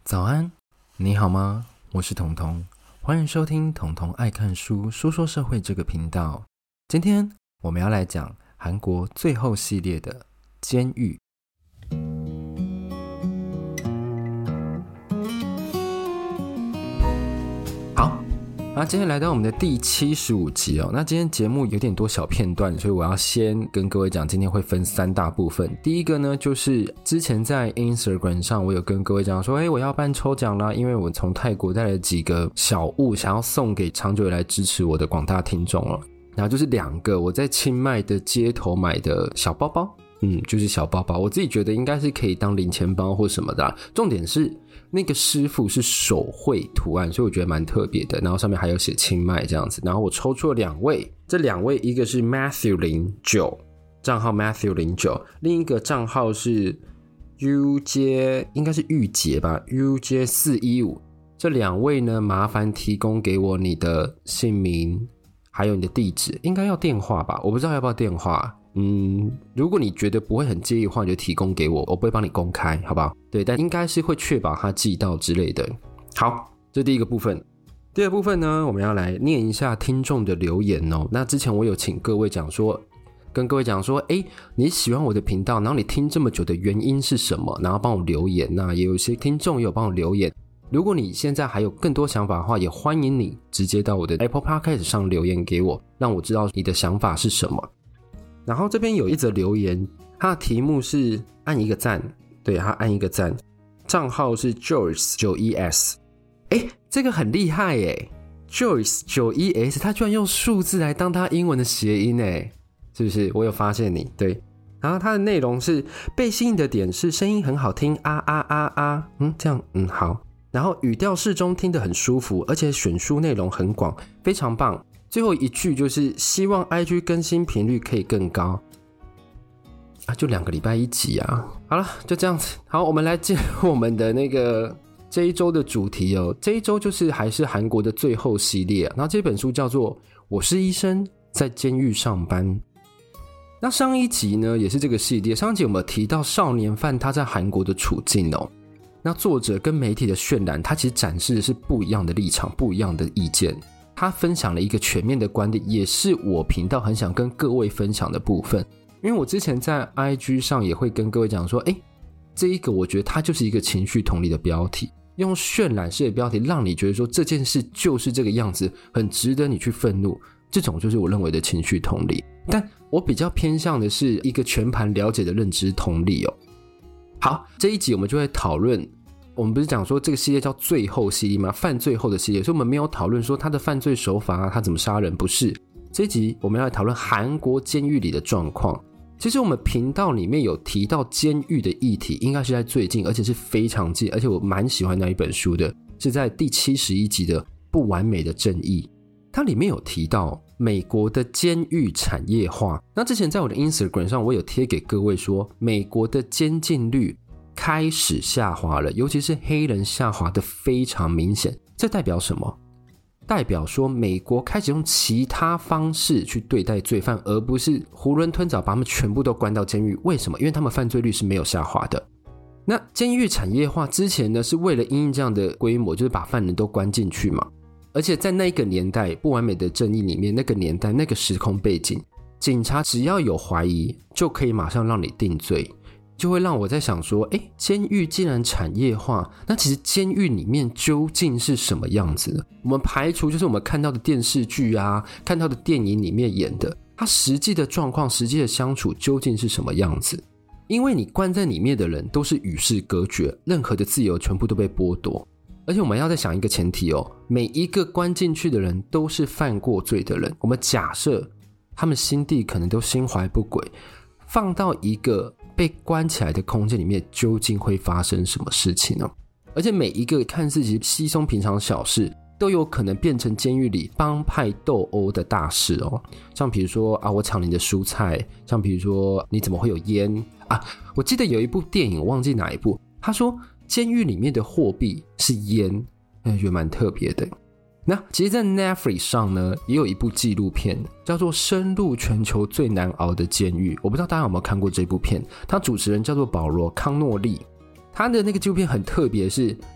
早安，你好吗？我是彤彤，欢迎收听彤彤爱看书说说社会这个频道。今天我们要来讲韩国最后系列的监狱。好，今天来到我们的第75集哦。那今天节目有点多小片段，所以我要先跟各位讲，今天会分3大部分。第一个呢，就是之前在 Instagram 上我有跟各位讲说，我要办抽奖啦，因为我从泰国带来几个小物，想要送给长久以来支持我的广大听众了。然后就是2个我在清迈的街头买的小包包，就是小包包，我自己觉得应该是可以当零钱包或什么的啦。重点是那个师傅是手绘图案，所以我觉得蛮特别的，然后上面还有写清迈这样子。然后我抽出了2位，这2位一个是 Matthew09 账号 Matthew09， 另一个账号是 UJ 应该是玉洁吧 UJ415。 这2位呢，麻烦提供给我你的姓名还有你的地址，应该要电话吧，我不知道要不要电话。如果你觉得不会很介意的话，你就提供给我，我不会帮你公开，好不好？对，但应该是会确保它寄到之类的。好，这是第一个部分。第二部分呢，我们要来念一下听众的留言哦。那之前我有请各位讲说，跟各位讲说，你喜欢我的频道，然后你听这么久的原因是什么？然后帮我留言。那也有一些听众也有帮我留言。如果你现在还有更多想法的话，也欢迎你直接到我的 Apple Podcast 上留言给我，让我知道你的想法是什么。然后这边有一则留言，它的题目是按一个赞，对，他按一个赞，账号是 Joyce91S。 这个很厉害耶， Joyce91S 他居然用数字来当他英文的谐音耶，是不是？我有发现你，对。然后它的内容是被吸引的点是声音很好听，啊啊啊啊，这样，好。然后语调适中，听得很舒服，而且选书内容很广，非常棒。最后一句就是希望 IG 更新频率可以更高就2个礼拜1集啊。好了，就这样子。好，我们来进入我们的那个这一周的主题哦。这一周就是还是韩国的最后系列然后这本书叫做我是医生，在监狱上班。那上一集呢也是这个系列，上一集我们有提到少年犯他在韩国的处境哦。那作者跟媒体的渲染，他其实展示的是不一样的立场，不一样的意见。他分享了一个全面的观点，也是我频道很想跟各位分享的部分。因为我之前在 IG 上也会跟各位讲说，这一个我觉得它就是一个情绪同理的标题，用渲染式的标题让你觉得说这件事就是这个样子，很值得你去愤怒，这种就是我认为的情绪同理。但我比较偏向的是一个全盘了解的认知同理哦。好，这一集我们就会讨论，我们不是讲说这个系列叫最后系列吗？犯罪后的系列，所以我们没有讨论说他的犯罪手法他怎么杀人，不是。这一集我们要来讨论韩国监狱里的状况。其实我们频道里面有提到监狱的议题，应该是在最近，而且是非常近，而且我蛮喜欢那一本书的，是在第71集的不完美的正义。它里面有提到美国的监狱产业化。那之前在我的 Instagram 上我有贴给各位说，美国的监禁率开始下滑了，尤其是黑人下滑的非常明显。这代表什么？代表说美国开始用其他方式去对待罪犯，而不是囫囵吞枣把他们全部都关到监狱。为什么？因为他们犯罪率是没有下滑的。那监狱产业化之前呢，是为了因应这样的规模，就是把犯人都关进去嘛。而且在那个年代，不完美的正义里面，那个年代那个时空背景，警察只要有怀疑就可以马上让你定罪，就会让我在想说，监狱既然产业化，那其实监狱里面究竟是什么样子呢？我们排除就是我们看到的电视剧看到的电影里面演的，它实际的状况，实际的相处究竟是什么样子？因为你关在里面的人都是与世隔绝，任何的自由全部都被剥夺。而且我们要再想一个前提每一个关进去的人都是犯过罪的人，我们假设他们心地可能都心怀不轨，放到一个被关起来的空间里面，究竟会发生什么事情呢？而且每一个看似稀松平常小事，都有可能变成监狱里帮派斗殴的大事像比如说我抢你的蔬菜，像比如说你怎么会有烟我记得有一部电影，忘记哪一部，他说监狱里面的货币是烟，觉得蛮特别的。那其实在 Netflix 上呢也有一部纪录片叫做深入全球最难熬的监狱，我不知道大家有没有看过这部片，它主持人叫做保罗康诺利。他的那个纪录片很特别，是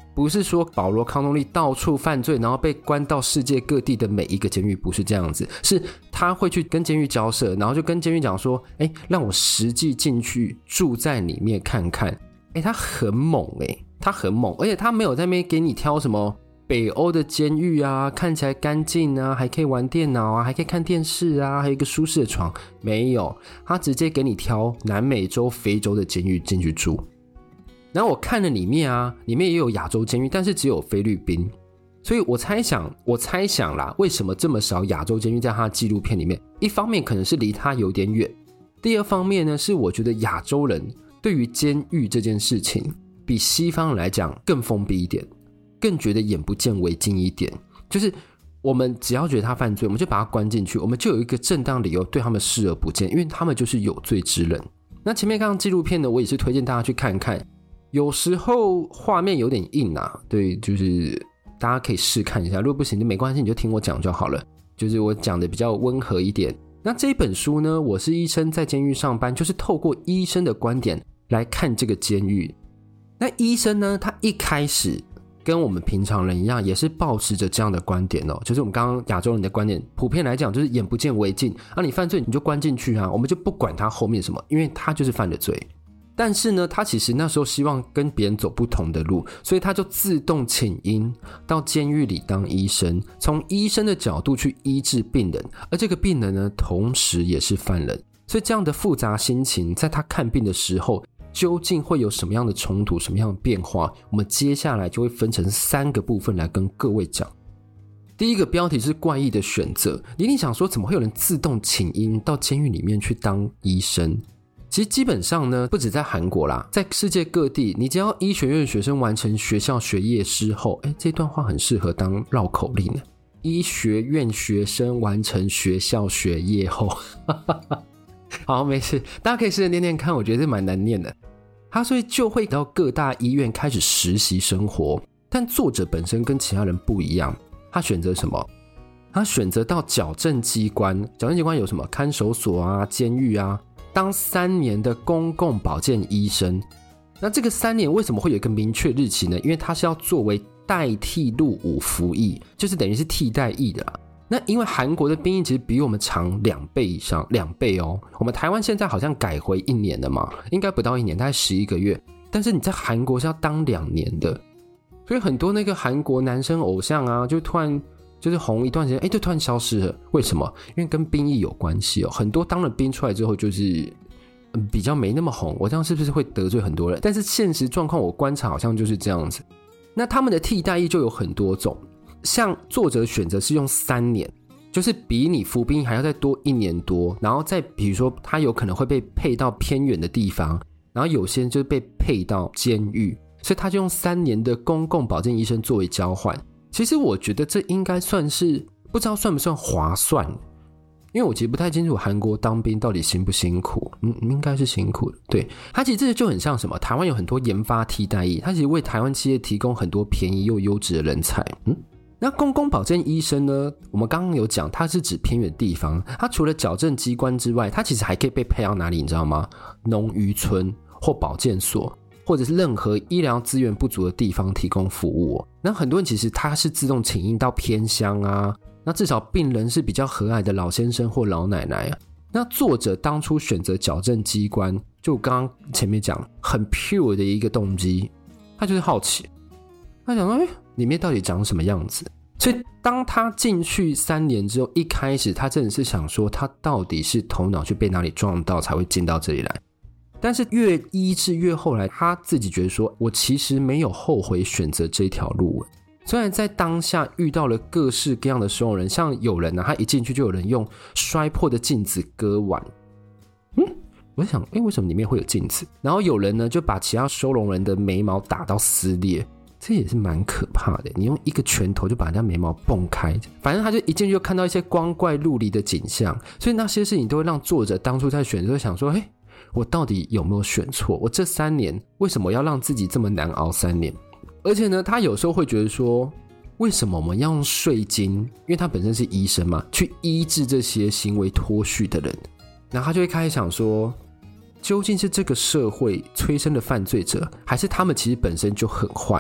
不是说保罗康诺利到处犯罪，然后被关到世界各地的每一个监狱，不是这样子，是他会去跟监狱交涉，然后就跟监狱讲说，让我实际进去住在里面看看。他很猛他很猛，而且他没有在那边给你挑什么北欧的监狱啊，看起来干净啊，还可以玩电脑啊，还可以看电视啊，还有一个舒适的床，没有，他直接给你挑南美洲、非洲的监狱进去住。然后我看了里面啊，里面也有亚洲监狱，但是只有菲律宾。所以我猜想啦，为什么这么少亚洲监狱在他的纪录片里面？一方面可能是离他有点远，第二方面呢，是我觉得亚洲人对于监狱这件事情比西方人来讲更封闭一点，更觉得眼不见为净一点。就是我们只要觉得他犯罪，我们就把他关进去，我们就有一个正当理由对他们视而不见，因为他们就是有罪之人。那前面刚刚纪录片呢，我也是推荐大家去看看，有时候画面有点硬啊，对，就是大家可以试看一下，如果不行就没关系，你就听我讲就好了，就是我讲的比较温和一点。那这一本书呢，我是医生在监狱上班，就是透过医生的观点来看这个监狱。那医生呢，他一开始跟我们平常人一样，也是抱持着这样的观点哦，就是我们刚刚亚洲人的观点，普遍来讲就是眼不见为净啊，你犯罪你就关进去啊，我们就不管他后面什么，因为他就是犯了罪。但是呢，他其实那时候希望跟别人走不同的路，所以他就自动请缨到监狱里当医生，从医生的角度去医治病人，而这个病人呢，同时也是犯人。所以这样的复杂心情，在他看病的时候，究竟会有什么样的冲突，什么样的变化，我们接下来就会分成3个部分来跟各位讲。第一个标题是怪异的选择，你一定想说怎么会有人自动请缨到监狱里面去当医生？其实基本上呢，不止在韩国啦，在世界各地，你只要医学院学生完成学校学业之后，这段话很适合当绕口令呢。医学院学生完成学校学业后好，没事，大家可以试着念念看，我觉得蛮难念的。他所以就会到各大医院开始实习生活，但作者本身跟其他人不一样，他选择什么？他选择到矫正机关，矫正机关有什么？看守所啊，监狱啊，当3年的公共保健医生。那这个3年为什么会有一个明确日期呢？因为他是要作为代替入伍服役，就是等于是替代役的啦。那因为韩国的兵役其实比我们长2倍以上，2倍哦。我们台湾现在好像改回1年了嘛，应该不到1年，大概11个月。但是你在韩国是要当2年的，所以很多那个韩国男生偶像啊，就突然就是红一段时间，就突然消失了。为什么？因为跟兵役有关系哦。很多当了兵出来之后，就是比较没那么红。我这样是不是会得罪很多人？但是现实状况我观察好像就是这样子。那他们的替代役就有很多种。像作者选择是用3年，就是比你服兵役还要再多1年多，然后再比如说他有可能会被配到偏远的地方，然后有些人就被配到监狱，所以他就用3年的公共保健医生作为交换。其实我觉得这应该算是，不知道算不算划算，因为我其实不太清楚韩国当兵到底辛不辛苦，应该是辛苦的。对，它其实这就很像什么，台湾有很多研发替代役，它其实为台湾企业提供很多便宜又优质的人才。那公共保健医生呢，我们刚刚有讲它是指偏远地方，它除了矫正机关之外，它其实还可以被配到哪里你知道吗？农渔村或保健所，或者是任何医疗资源不足的地方提供服务。那很多人其实他是自动请缨到偏乡啊，那至少病人是比较和蔼的老先生或老奶奶啊。那作者当初选择矫正机关，就刚刚前面讲很 pure 的一个动机，他就是好奇，他想说里面到底长什么样子。所以当他进去3年之后，一开始他真的是想说他到底是头脑去被哪里撞到才会进到这里来。但是越医治越后来，他自己觉得说我其实没有后悔选择这条路。虽然在当下遇到了各式各样的收容人，像有人他一进去就有人用摔破的镜子割腕。我在想为什么里面会有镜子？然后有人呢就把其他收容人的眉毛打到撕裂，这也是蛮可怕的。你用一个拳头就把人家眉毛蹦开，反正他就一进去就看到一些光怪陆离的景象。所以那些事情都会让作者当初在选择想说我到底有没有选错？我这3年为什么要让自己这么难熬3年？而且呢，他有时候会觉得说，为什么我们要用税金？因为他本身是医生嘛，去医治这些行为脱序的人。然后他就会开始想说，究竟是这个社会催生的犯罪者，还是他们其实本身就很坏？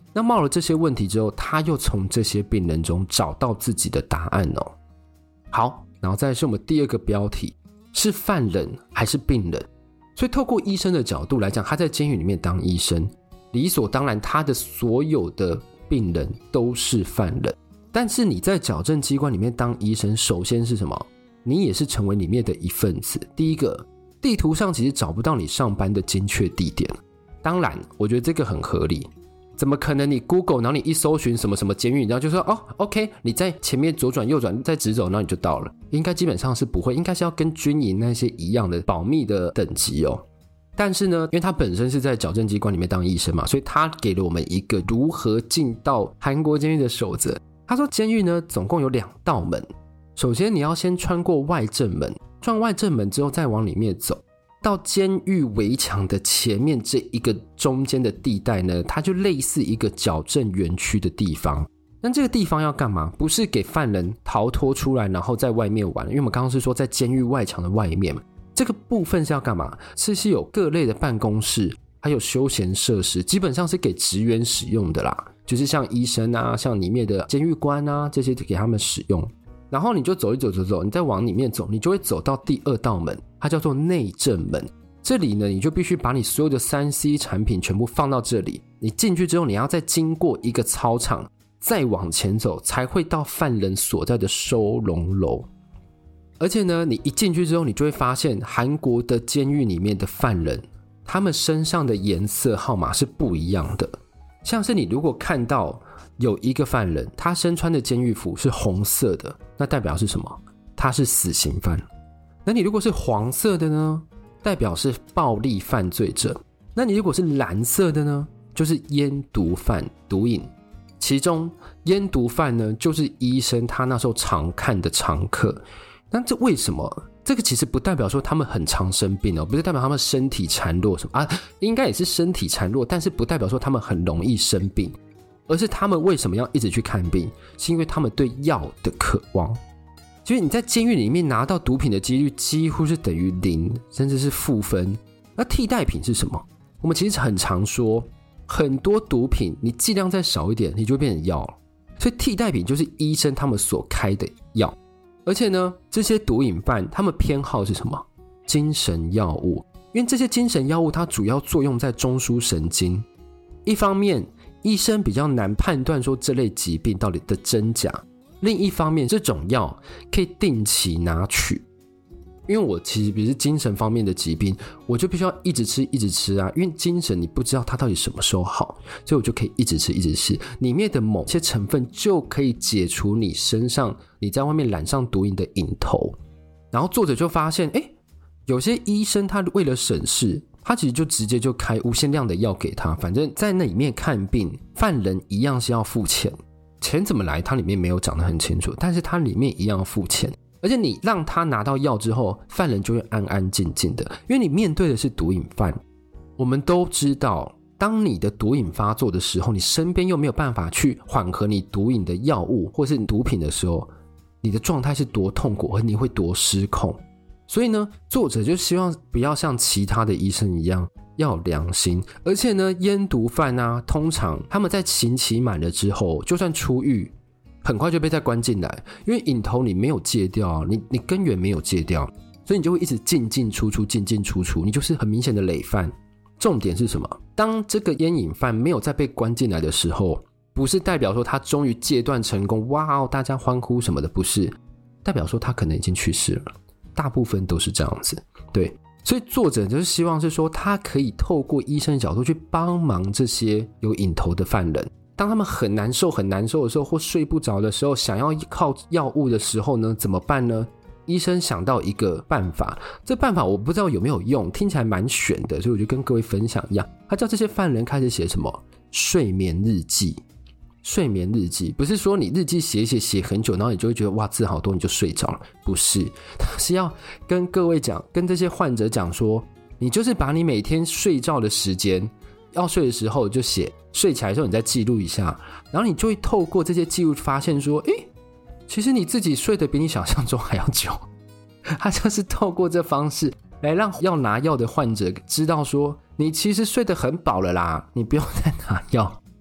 那冒了这些问题之后，他又从这些病人中找到自己的答案哦。好，然后再来是我们第二个标题，是犯人还是病人？所以透过医生的角度来讲，他在监狱里面当医生，理所当然他的所有的病人都是犯人。但是你在矫正机关里面当医生，首先是什么？你也是成为里面的一份子。第一个，地图上其实找不到你上班的精确地点，当然我觉得这个很合理，怎么可能你 Google 然后你一搜寻什么什么监狱，然后就说哦 OK 你在前面左转右转再直走，然后你就到了，应该基本上是不会，应该是要跟军营那些一样的保密的等级哦。但是呢，因为他本身是在矫正机关里面当医生嘛，所以他给了我们一个如何进到韩国监狱的守则。他说监狱呢总共有2道门，首先你要先穿过外正门，穿外正门之后再往里面走，到监狱围墙的前面这一个中间的地带呢，它就类似一个矫正园区的地方。那这个地方要干嘛？不是给犯人逃脱出来然后在外面玩，因为我们刚刚是说在监狱外墙的外面嘛，这个部分是要干嘛？是有各类的办公室还有休闲设施，基本上是给职员使用的啦，就是像医生啊，像里面的监狱官啊，这些给他们使用。然后你就走一走，你再往里面走，你就会走到第2道门，它叫做内正门。这里呢，你就必须把你所有的 3C 产品全部放到这里，你进去之后，你要再经过一个操场，再往前走，才会到犯人所在的收容楼。而且呢，你一进去之后，你就会发现韩国的监狱里面的犯人，他们身上的颜色号码是不一样的。像是你如果看到有一个犯人，他身穿的监狱服是红色的，那代表是什么？他是死刑犯。那你如果是黄色的呢，代表是暴力犯罪者。那你如果是蓝色的呢，就是烟毒犯、毒瘾。其中烟毒犯呢，就是医生他那时候常看的常客。那这为什么？这个其实不代表说他们很常生病哦，不是代表他们身体孱弱什么啊，应该也是身体孱弱，但是不代表说他们很容易生病，而是他们为什么要一直去看病，是因为他们对药的渴望。所以你在监狱里面拿到毒品的几率几乎是等于0，甚至是负分。那替代品是什么？我们其实很常说，很多毒品你剂量再少一点，你就会变成药了。所以替代品就是医生他们所开的药。而且呢，这些毒瘾犯他们偏好是什么？精神药物。因为这些精神药物它主要作用在中枢神经，一方面医生比较难判断说这类疾病到底的真假，另一方面这种药可以定期拿取。因为我其实比如是精神方面的疾病，我就必须要一直吃啊，因为精神你不知道它到底什么时候好，所以我就可以一直吃，里面的某些成分就可以解除你身上你在外面染上毒瘾的瘾头。然后作者就发现有些医生他为了省事，他其实就直接就开无限量的药给他，反正在那里面看病犯人一样是要付钱，钱怎么来他里面没有讲得很清楚，但是他里面一样要付钱。而且你让他拿到药之后，犯人就会安安静静的，因为你面对的是毒瘾犯。我们都知道，当你的毒瘾发作的时候，你身边又没有办法去缓和你毒瘾的药物或是毒品的时候，你的状态是多痛苦，和你会多失控。所以呢，作者就希望不要像其他的医生一样要有良心。而且呢，烟毒犯啊，通常他们在刑期满了之后，就算出狱很快就被再关进来，因为瘾头你没有戒掉，你根源没有戒掉，所以你就会一直进出出，你就是很明显的累犯。重点是什么？当这个烟瘾犯没有再被关进来的时候，不是代表说他终于戒断成功，哇哦，大家欢呼什么的，不是，代表说他可能已经去世了，大部分都是这样子。对，所以作者就是希望是说，他可以透过医生的角度去帮忙这些有瘾头的犯人。当他们很难受的时候，或睡不着的时候，想要靠药物的时候呢，怎么办呢？医生想到一个办法，这办法我不知道有没有用，听起来蛮玄的，所以我就跟各位分享一样。他叫这些犯人开始写什么？睡眠日记。睡眠日记不是说你日记写很久，然后你就会觉得哇字好多你就睡着了，不是，他是要跟各位讲，跟这些患者讲说，你就是把你每天睡觉的时间，要睡的时候就写，睡起来的时候你再记录一下，然后你就会透过这些记录发现说，其实你自己睡得比你想象中还要久。他就是透过这方式来让要拿药的患者知道说，你其实睡得很饱了啦，你不用再拿药。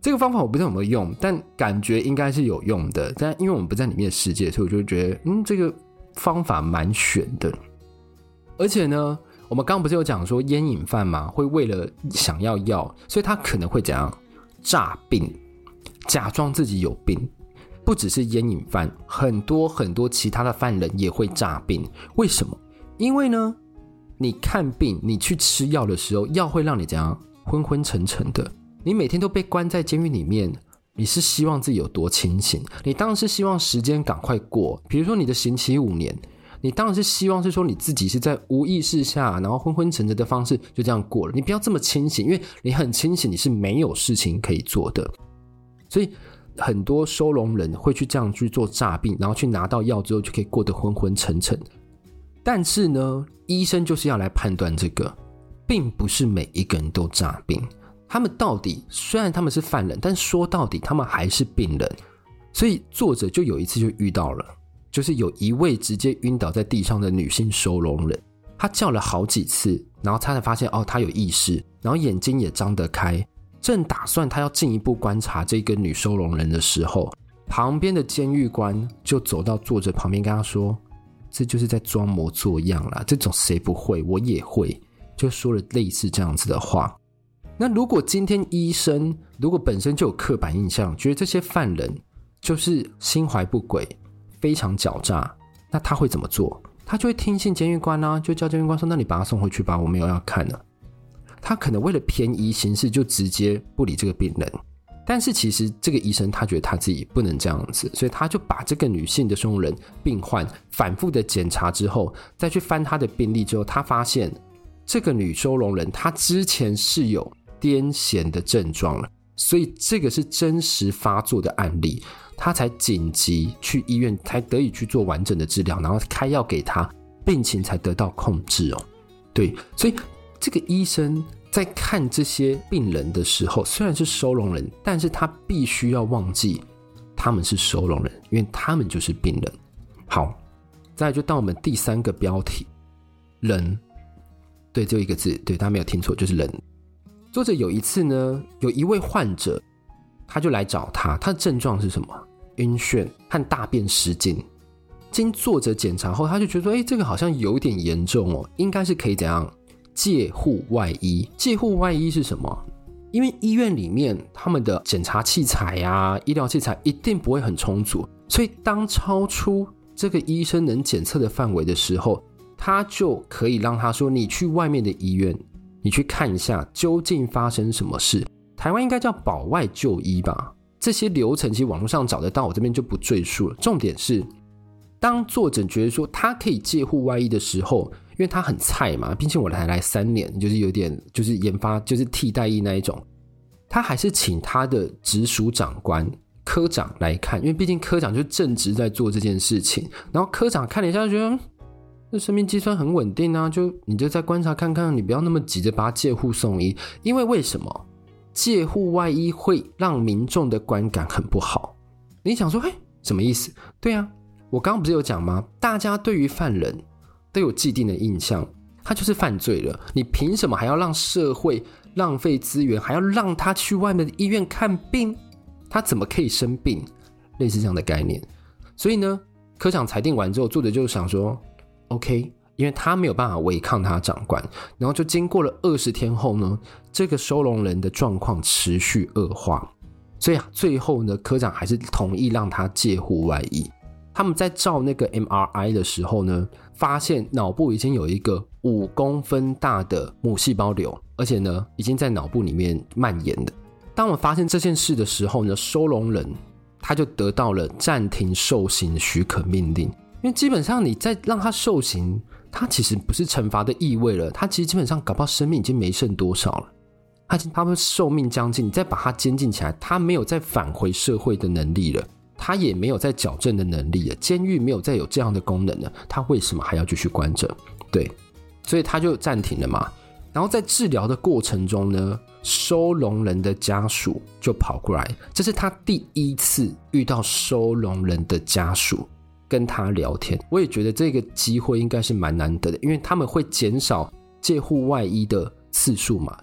这个方法我不知道有没有用，但感觉应该是有用的。但因为我们不在里面的世界，所以我就觉得这个方法蛮玄的。而且呢，我们刚刚不是有讲说烟瘾犯嘛，会为了想要药，所以他可能会怎样诈病，假装自己有病。不只是烟瘾犯，很多很多其他的犯人也会诈病。为什么？因为呢，你看病，你去吃药的时候，药会让你怎样昏昏沉沉的。你每天都被关在监狱里面，你是希望自己有多清醒？你当然是希望时间赶快过。比如说你的刑期5年，你当然是希望是说你自己是在无意识下，然后昏昏沉沉的方式就这样过了。你不要这么清醒，因为你很清醒，你是没有事情可以做的。所以很多收容人会去这样去做诈病，然后去拿到药之后就可以过得昏昏沉沉。但是呢，医生就是要来判断这个，并不是每一个人都诈病。他们到底虽然他们是犯人，但说到底他们还是病人。所以作者就有一次就遇到了，就是有一位直接晕倒在地上的女性收容人，她叫了好几次，然后她才发现她有意识，然后眼睛也张得开，正打算她要进一步观察这个女收容人的时候，旁边的监狱官就走到作者旁边跟她说，这就是在装模作样啦，这种谁不会，我也会，就说了类似这样子的话。那如果今天医生如果本身就有刻板印象，觉得这些犯人就是心怀不轨，非常狡诈，那他会怎么做？他就会听信监狱官啊，就叫监狱官说，那你把他送回去吧，我没有要看了。他可能为了便宜行事，就直接不理这个病人。但是其实这个医生他觉得他自己不能这样子，所以他就把这个女性的收容人病患反复的检查之后，再去翻他的病历之后，他发现这个女收容人她之前是有癫痫的症状了，所以这个是真实发作的案例，他才紧急去医院，才得以去做完整的治疗，然后开药给他，病情才得到控制哦。对，所以这个医生在看这些病人的时候，虽然是收容人，但是他必须要忘记他们是收容人，因为他们就是病人。好，再来就到我们第3个标题，人。对，只有一个字，对，大家没有听错，就是人。作者有一次呢，有一位患者，他就来找他，他的症状是什么？晕眩和大便失禁。经作者检查后，他就觉得说，这个好像有点严重哦，应该是可以怎样戒护外医。戒护外医是什么？因为医院里面他们的检查器材啊、医疗器材一定不会很充足，所以当超出这个医生能检测的范围的时候，他就可以让他说，你去外面的医院，你去看一下究竟发生什么事。台湾应该叫保外就医吧，这些流程其实网络上找得到，我这边就不赘述了。重点是，当作者觉得说他可以戒护外医的时候，因为他很菜嘛，毕竟我才来3年，就是有点就是研发就是替代役那一种，他还是请他的直属长官科长来看，因为毕竟科长就正职在做这件事情。然后科长看了一下就觉得这生命机算很稳定啊，你就再观察看看，你不要那么急着把他戒护送医。因为为什么戒护外医会让民众的观感很不好？你想说什么意思？对啊，我刚刚不是有讲吗？大家对于犯人都有既定的印象，他就是犯罪了，你凭什么还要让社会浪费资源，还要让他去外面的医院看病？他怎么可以生病？类似这样的概念。所以呢，科长裁定完之后，作者就想说 OK， 因为他没有办法违抗他长官，然后就经过了20天后呢，这个收容人的状况持续恶化，所以最后呢，科长还是同意让他戒护外医。他们在照那个 MRI 的时候呢，发现脑部已经有一个5公分大的母细胞瘤，而且呢已经在脑部里面蔓延了。当我们发现这件事的时候呢，收容人他就得到了暂停受刑许可命令。因为基本上你再让他受刑，他其实不是惩罚的意味了，他其实基本上搞不好生命已经没剩多少了，他们寿命将近，你再把他监禁起来，他没有再返回社会的能力了，他也没有再矫正的能力了，监狱没有再有这样的功能了，他为什么还要继续关着？对，所以他就暂停了嘛。然后在治疗的过程中呢，收容人的家属就跑过来，这是他第1次遇到收容人的家属跟他聊天。我也觉得这个机会应该是蛮难得的，因为他们会减少戒护外医的次数嘛，所以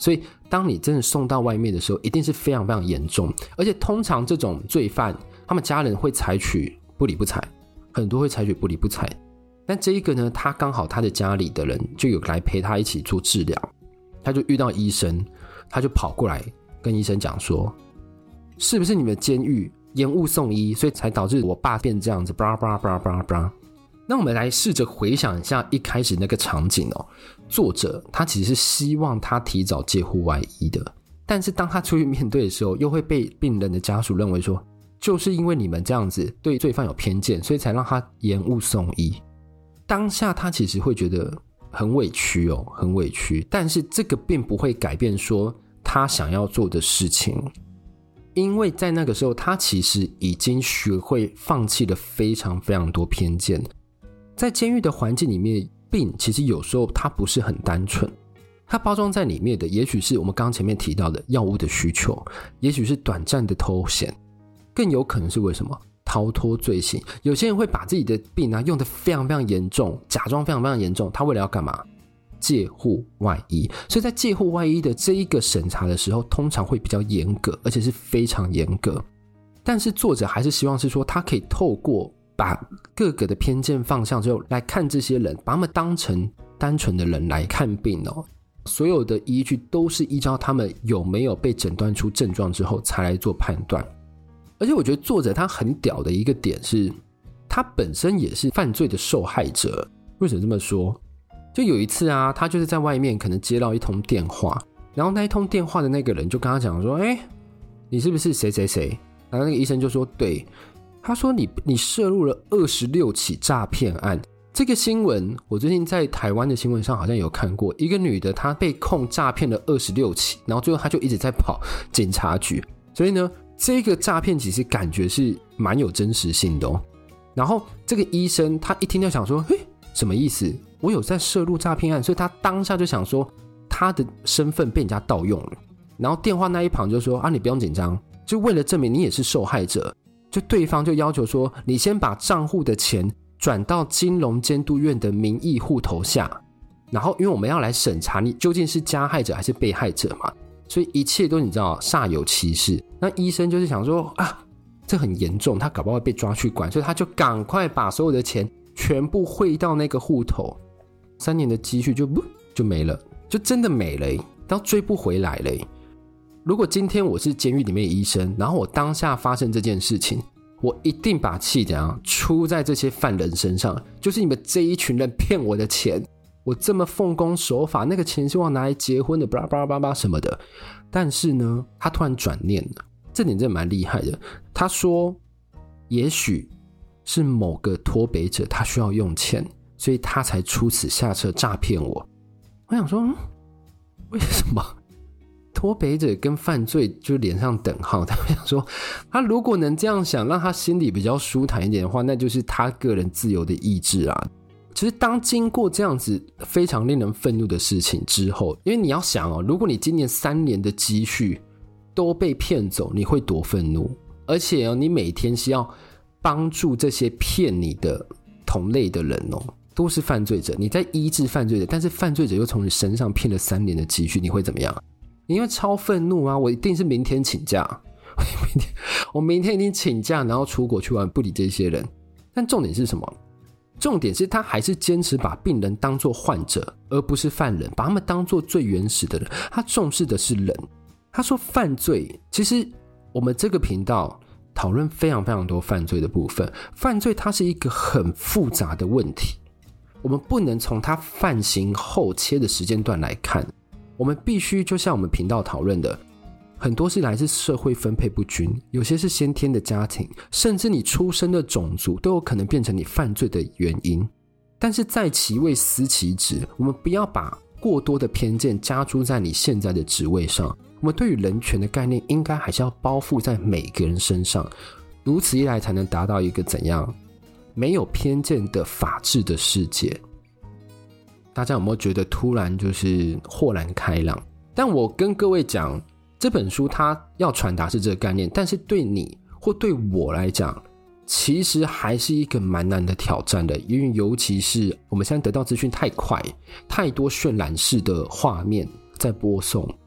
当你真的送到外面的时候，一定是非常非常严重，而且通常这种罪犯，他们家人会采取不理不睬，很多会采取不理不睬。但这一个呢，他刚好他的家里的人就有来陪他一起做治疗，他就遇到医生，他就跑过来跟医生讲说，是不是你们监狱延误送医，所以才导致我爸变这样子，巴拉巴拉巴拉巴拉巴拉。那我们来试着回想一下一开始那个场景哦，作者他其实是希望他提早戒护外衣的，但是当他出去面对的时候，又会被病人的家属认为说，就是因为你们这样子对罪犯有偏见，所以才让他延误送医。当下他其实会觉得很委屈哦，很委屈，但是这个并不会改变说他想要做的事情，因为在那个时候他其实已经学会放弃了非常非常多偏见。在监狱的环境里面，病其实有时候它不是很单纯，它包装在里面的也许是我们刚刚前面提到的药物的需求，也许是短暂的偷闲，更有可能是为什么逃脱罪行。有些人会把自己的病用得非常非常严重，假装非常非常严重，他为了要干嘛？戒护外衣。所以在戒护外衣的这一个审查的时候，通常会比较严格，而且是非常严格。但是作者还是希望是说，他可以透过把各个的偏见放下之后来看这些人，把他们当成单纯的人来看病哦。所有的依据都是依照他们有没有被诊断出症状之后才来做判断。而且我觉得作者他很屌的一个点是，他本身也是犯罪的受害者。为什么这么说？就有一次啊，他就是在外面可能接到一通电话，然后那一通电话的那个人就跟他讲说，你是不是谁谁谁？然后那个医生就说对。他说你涉入了26起诈骗案。这个新闻我最近在台湾的新闻上好像有看过，一个女的她被控诈骗了26起，然后最后她就一直在跑警察局。所以呢，这个诈骗其实感觉是蛮有真实性的哦。然后这个医生他一听就想说，什么意思？我有在涉入诈骗案，所以他当下就想说他的身份被人家盗用了。然后电话那一旁就说，你不用紧张，就为了证明你也是受害者，就对方就要求说，你先把账户的钱转到金融监督院的名义户头下，然后因为我们要来审查你究竟是加害者还是被害者嘛，所以一切都你知道煞有其事。那医生就是想说这很严重，他搞不好会被抓去管，所以他就赶快把所有的钱全部汇到那个户头，3年的积蓄就没了，就真的没了到追不回来了。如果今天我是监狱里面的医生，然后我当下发生这件事情，我一定把气出在这些犯人身上，就是你们这一群人骗我的钱，我这么奉公守法，那个钱是我拿来结婚的，巴拉巴拉巴拉什么的。但是呢，他突然转念了，这点真的蛮厉害的。他说，也许是某个脱北者他需要用钱，所以他才出此下策诈骗我。我想说，为什么脱北者跟犯罪就连上等号？他想说，他如果能这样想，让他心里比较舒坦一点的话，那就是他个人自由的意志啊。其实当经过这样子非常令人愤怒的事情之后，因为你要想如果你今年3年的积蓄都被骗走，你会多愤怒。而且你每天是要帮助这些骗你的同类的人都是犯罪者，你在医治犯罪者，但是犯罪者又从你身上骗了3年的积蓄，你会怎么样？你会超愤怒啊！我一定是明天请假，我明天一定请假，然后出国去玩，不理这些人。但重点是什么？重点是他还是坚持把病人当作患者，而不是犯人，把他们当作最原始的人。他重视的是人。他说犯罪，其实我们这个频道讨论非常非常多犯罪的部分。犯罪它是一个很复杂的问题，我们不能从他犯行后切的时间段来看。我们必须就像我们频道讨论的，很多是来自社会分配不均，有些是先天的家庭，甚至你出生的种族都有可能变成你犯罪的原因。但是在其位思其职，我们不要把过多的偏见加诸在你现在的职位上。我们对于人权的概念应该还是要包覆在每个人身上，如此一来才能达到一个怎样没有偏见的法治的世界。大家有没有觉得突然就是豁然开朗？但我跟各位讲，这本书它要传达是这个概念，但是对你或对我来讲，其实还是一个蛮难的挑战的。因为尤其是我们现在得到资讯太快，太多渲染式的画面在播送，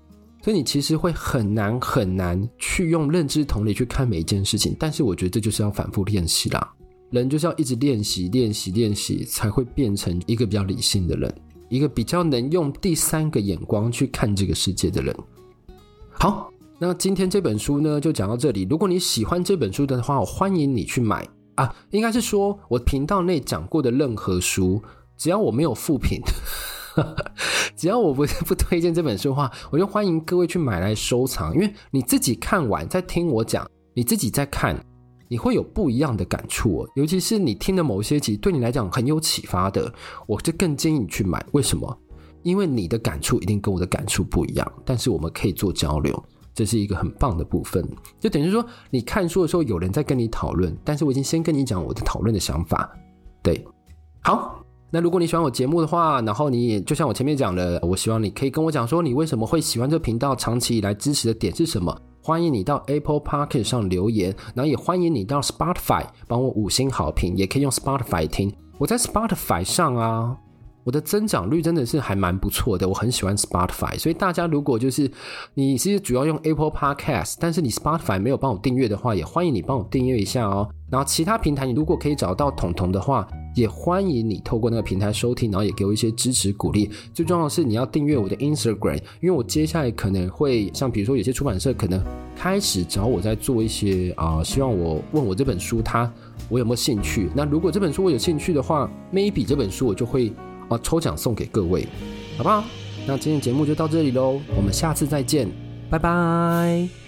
所以你其实会很难去用认知同理去看每一件事情，但是我觉得这就是要反复练习啦，人就是要一直练习才会变成一个比较理性的人，一个比较能用第三个眼光去看这个世界的人。好，那今天这本书呢就讲到这里，如果你喜欢这本书的话，我欢迎你去买啊，应该是说我频道内讲过的任何书，只要我没有负评只要我不推荐这本书的话，我就欢迎各位去买来收藏，因为你自己看完再听我讲，你自己再看，你会有不一样的感触尤其是你听的某些集对你来讲很有启发的，我就更建议你去买。为什么？因为你的感触一定跟我的感触不一样，但是我们可以做交流，这是一个很棒的部分。就等于说你看书的时候有人在跟你讨论，但是我已经先跟你讲我的讨论的想法。对，好，那如果你喜欢我节目的话，然后你也就像我前面讲的，我希望你可以跟我讲说你为什么会喜欢这个频道，长期以来支持的点是什么。欢迎你到 Apple Podcast 上留言，然后也欢迎你到 Spotify 帮我5星好评，也可以用 Spotify 听。我在 Spotify 上啊，我的增长率真的是还蛮不错的，我很喜欢 Spotify， 所以大家如果就是你是主要用 Apple Podcast， 但是你 Spotify 没有帮我订阅的话，也欢迎你帮我订阅一下哦。然后其他平台你如果可以找到统统的话，也欢迎你透过那个平台收听，然后也给我一些支持鼓励。最重要的是你要订阅我的 Instagram， 因为我接下来可能会像比如说有些出版社可能开始找我在做一些希望我问我这本书我有没有兴趣，那如果这本书我有兴趣的话 maybe 这本书我就会抽奖送给各位，好不好？那今天的节目就到这里咯，我们下次再见，拜拜。